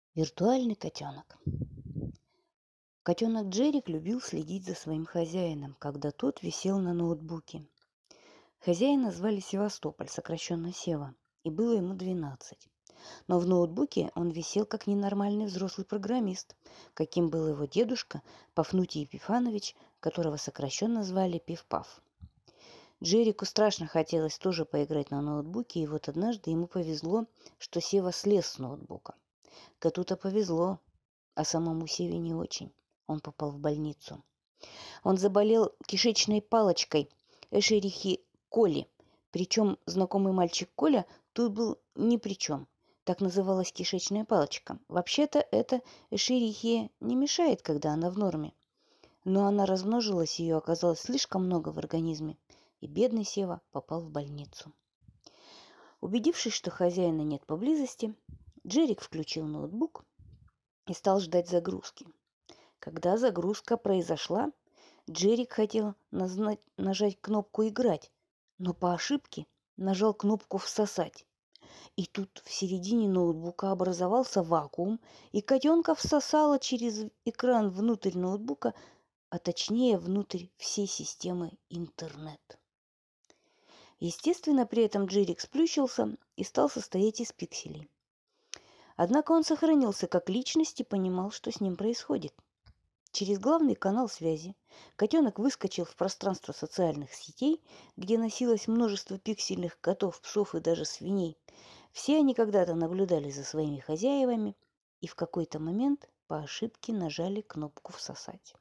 Виртуальный котенок. Котенок Джерик любил следить за своим хозяином, когда тот висел на ноутбуке. Хозяина звали Севастополь, сокращенно Сева, и было ему 12. Но в ноутбуке он висел как ненормальный взрослый программист, каким был его дедушка Пафнутий Епифанович, которого сокращенно звали Пиф-Паф. Джерику страшно хотелось тоже поиграть на ноутбуке, и вот однажды ему повезло, что Сева слез с ноутбука. Коту-то повезло, а самому Севе не очень. Он попал в больницу. Он заболел кишечной палочкой Эшерихи коли. Причем знакомый мальчик Коля тут был ни при чем. Так называлась кишечная палочка. Вообще-то это Эшерихия не мешает, когда она в норме. Но она размножилась, ее оказалось слишком много в организме. И бедный Сева попал в больницу. Убедившись, что хозяина нет поблизости, Джерик включил ноутбук и стал ждать загрузки. Когда загрузка произошла, Джерик хотел нажать кнопку «Играть», но по ошибке нажал кнопку «Всосать». И тут в середине ноутбука образовался вакуум, и котенка всосало через экран внутрь ноутбука, а точнее внутрь всей системы интернет. Естественно, при этом Джерик сплющился и стал состоять из пикселей. Однако он сохранился как личность и понимал, что с ним происходит. Через главный канал связи котенок выскочил в пространство социальных сетей, где носилось множество пиксельных котов, псов и даже свиней. Все они когда-то наблюдали за своими хозяевами и в какой-то момент по ошибке нажали кнопку «Всосать».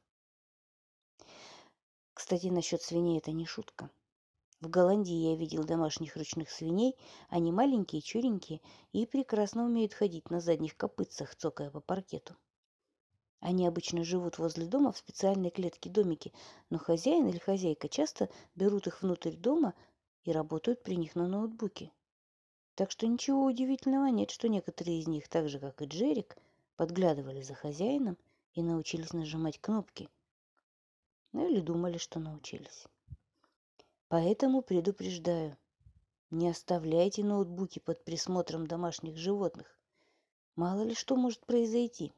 Кстати, насчет свиней это не шутка. В Голландии я видел домашних ручных свиней, они маленькие, чуренькие и прекрасно умеют ходить на задних копытцах, цокая по паркету. Они обычно живут возле дома в специальной клетке-домике, но хозяин или хозяйка часто берут их внутрь дома и работают при них на ноутбуке. Так что ничего удивительного нет, что некоторые из них, так же как и Джерик, подглядывали за хозяином и научились нажимать кнопки. Ну или думали, что научились. Поэтому предупреждаю, не оставляйте ноутбуки под присмотром домашних животных. Мало ли что может произойти.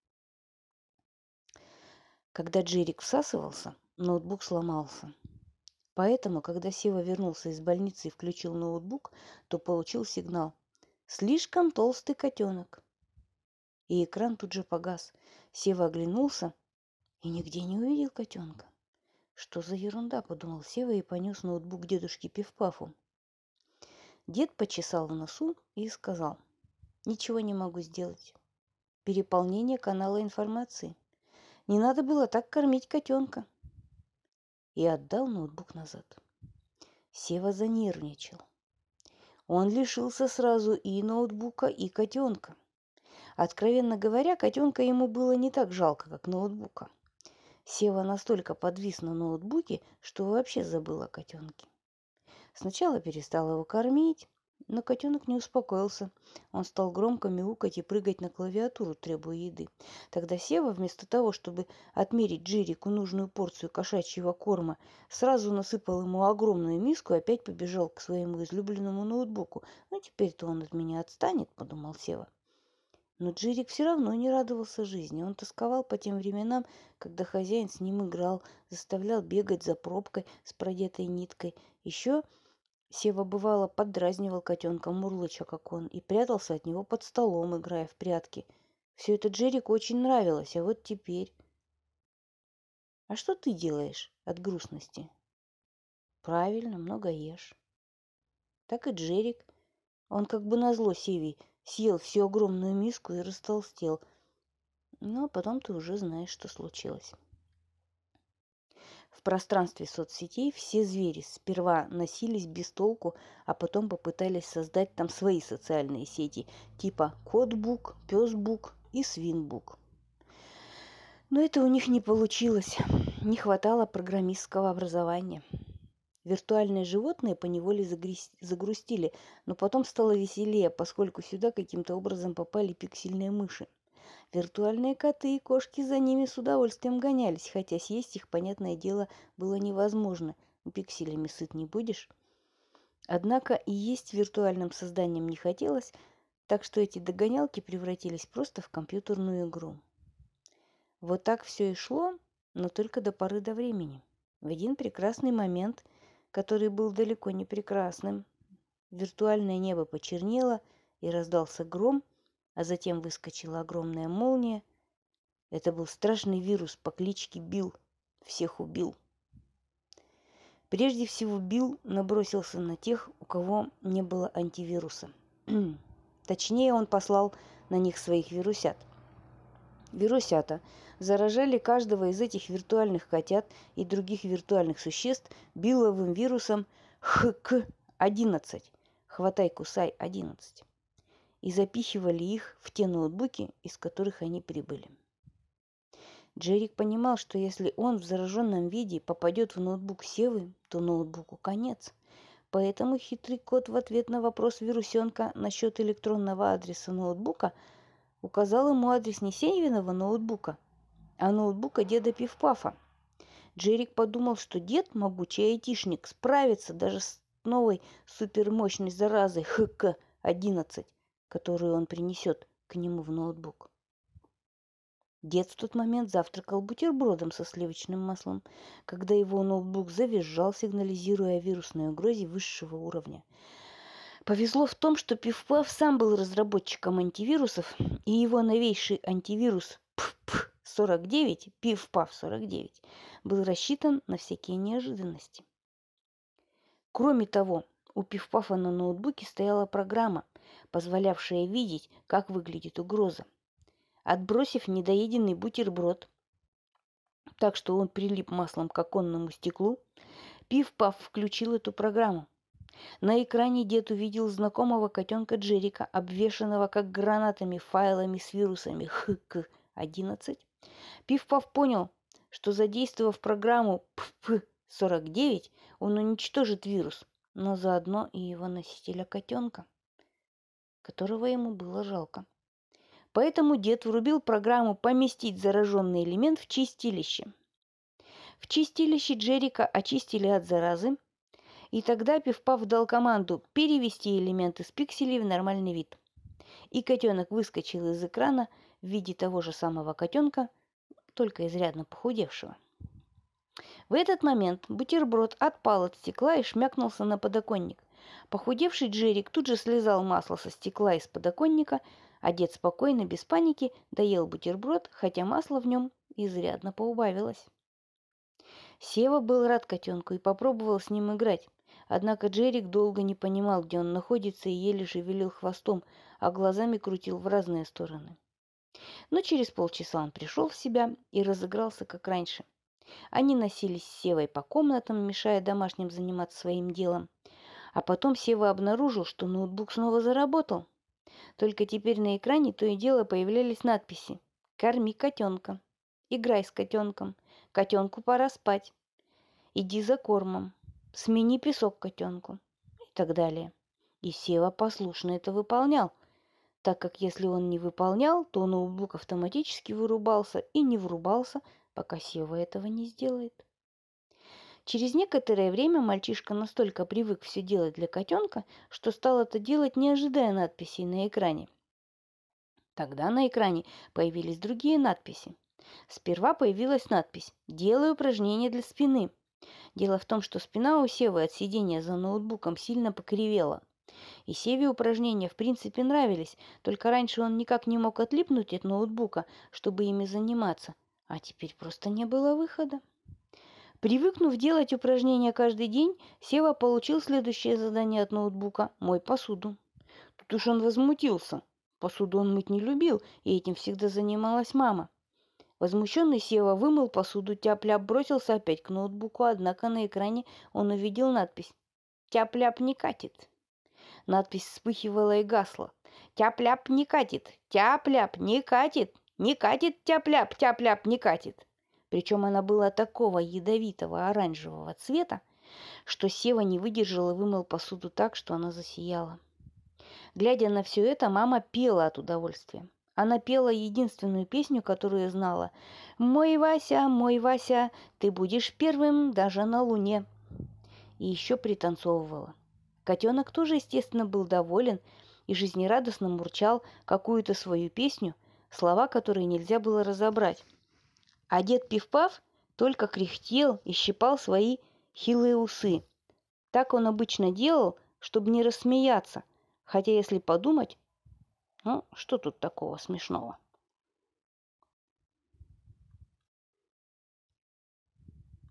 Когда Джерик всасывался, ноутбук сломался. Поэтому, когда Сева вернулся из больницы и включил ноутбук, то получил сигнал «Слишком толстый котенок». И экран тут же погас. Сева оглянулся и нигде не увидел котенка. «Что за ерунда?» – подумал Сева и понес ноутбук к дедушке Пиф-Пафу. Дед почесал в носу и сказал «Ничего не могу сделать. Переполнение канала информации. Не надо было так кормить котенка». И отдал ноутбук назад. Сева занервничал. Он лишился сразу и ноутбука, и котенка. Откровенно говоря, котенка ему было не так жалко, как ноутбука. Сева настолько подвис на ноутбуке, что вообще забыл о котенке. Сначала перестал его кормить, но котенок не успокоился. Он стал громко мяукать и прыгать на клавиатуру, требуя еды. Тогда Сева, вместо того, чтобы отмерить Джерику нужную порцию кошачьего корма, сразу насыпал ему огромную миску и опять побежал к своему излюбленному ноутбуку. «Ну, теперь-то он от меня отстанет», — подумал Сева. Но Джерик все равно не радовался жизни. Он тосковал по тем временам, когда хозяин с ним играл, заставлял бегать за пробкой с продетой ниткой. Еще Сева бывало поддразнивал котенка, мурлыча, как он, и прятался от него под столом, играя в прятки. Все это Джерику очень нравилось, а вот теперь... А что ты делаешь от грустности? Правильно, много ешь. Так и Джерик. Он как бы назло Севе съел всю огромную миску и растолстел. Но потом ты уже знаешь, что случилось. В пространстве соцсетей все звери сперва носились без толку, а потом попытались создать там свои социальные сети, типа Котбук, Песбук и Свинбук. Но это у них не получилось. Не хватало программистского образования. Виртуальные животные поневоле загрустили, но потом стало веселее, поскольку сюда каким-то образом попали пиксельные мыши. Виртуальные коты и кошки за ними с удовольствием гонялись, хотя съесть их, понятное дело, было невозможно. Пикселями сыт не будешь. Однако и есть виртуальным созданием не хотелось, Так что эти догонялки превратились просто в компьютерную игру. Вот так все и шло, но только до поры до времени. В один прекрасный момент, который был далеко не прекрасным, виртуальное небо почернело и раздался гром, а затем выскочила огромная молния. Это был страшный вирус по кличке Билл. Всех убил. Прежде всего Билл набросился на тех, у кого не было антивируса. Точнее, он послал на них своих вирусят. Вирусята заражали каждого из этих виртуальных котят и других виртуальных существ Билловым вирусом ХК-11, хватай-кусай-11, и запихивали их в те ноутбуки, из которых они прибыли. Джерик понимал, что если он в зараженном виде попадет в ноутбук Севы, то ноутбуку конец. Поэтому хитрый кот в ответ на вопрос вирусенка насчет электронного адреса ноутбука указал ему адрес не Севиного ноутбука, а ноутбука деда Пиф-Пафа. Джерик подумал, что дед, могучий айтишник, справится даже с новой супермощной заразой ХК-11, которую он принесет к нему в ноутбук. Дед в тот момент завтракал бутербродом со сливочным маслом, когда его ноутбук завизжал, сигнализируя о вирусной угрозе высшего уровня. Повезло в том, что Пиф-Паф сам был разработчиком антивирусов, и его новейший антивирус Пиф-Паф-49, Пиф-Паф-49, был рассчитан на всякие неожиданности. Кроме того, у Пиф-Пафа на ноутбуке стояла программа, позволявшая видеть, как выглядит угроза. Отбросив недоеденный бутерброд, так что он прилип маслом к оконному стеклу, Пиф-Паф включил эту программу. На экране дед увидел знакомого котенка Джерика, обвешанного как гранатами файлами с вирусами ХК-11. Пиф-Паф понял, что, задействовав программу ПФ-49, он уничтожит вирус, но заодно и его носителя котенка, которого ему было жалко. Поэтому дед врубил программу «Поместить зараженный элемент в чистилище». В чистилище Джерика очистили от заразы, и тогда Пиф-Паф дал команду перевести элемент из пикселей в нормальный вид. И котенок выскочил из экрана в виде того же самого котенка, только изрядно похудевшего. В этот момент бутерброд отпал от стекла и шмякнулся на подоконник. Похудевший Джерик тут же слезал масло со стекла из подоконника, а дед спокойно, без паники, доел бутерброд, хотя масло в нем изрядно поубавилось. Сева был рад котенку и попробовал с ним играть. Однако Джерик долго не понимал, где он находится, и еле шевелил хвостом, а глазами крутил в разные стороны. Но через полчаса он пришел в себя и разыгрался, как раньше. Они носились с Севой по комнатам, мешая домашним заниматься своим делом. А потом Сева обнаружил, что ноутбук снова заработал. Только теперь на экране то и дело появлялись надписи: «Корми котенка», «Играй с котенком», «Котенку пора спать», «Иди за кормом», «Смени песок котенку» и так далее. И Сева послушно это выполнял, так как если он не выполнял, то ноутбук автоматически вырубался и не врубался, пока Сева этого не сделает. Через некоторое время мальчишка настолько привык все делать для котенка, что стал это делать, не ожидая надписей на экране. Тогда на экране появились другие надписи. Сперва появилась надпись «Делаю упражнения для спины». Дело в том, что спина у Севы от сидения за ноутбуком сильно покривела. И Севе упражнения в принципе нравились, только раньше он никак не мог отлипнуть от ноутбука, чтобы ими заниматься, а теперь просто не было выхода. Привыкнув делать упражнения каждый день, Сева получил следующее задание от ноутбука – «Мой посуду». Тут уж он возмутился. Посуду он мыть не любил, и этим всегда занималась мама. Возмущенный Сева вымыл посуду, тяп-ляп бросился опять к ноутбуку, однако на экране он увидел надпись «Тяп-ляп не катит». Надпись вспыхивала и гасла. «Тяп-ляп не катит! Тяп-ляп не катит! Не катит тяп-ляп! Тяп-ляп не катит!» Причем она была такого ядовитого оранжевого цвета, что Сева не выдержал и вымыл посуду так, что она засияла. Глядя на все это, мама пела от удовольствия. Она пела единственную песню, которую знала. мой Вася, ты будешь первым даже на Луне». И еще пританцовывала. Котенок тоже, естественно, был доволен и жизнерадостно мурчал какую-то свою песню, слова которой нельзя было разобрать. А дед Пиф-Паф только кряхтел и щипал свои хилые усы. Так он обычно делал, чтобы не рассмеяться, хотя, если подумать, ну, что тут такого смешного?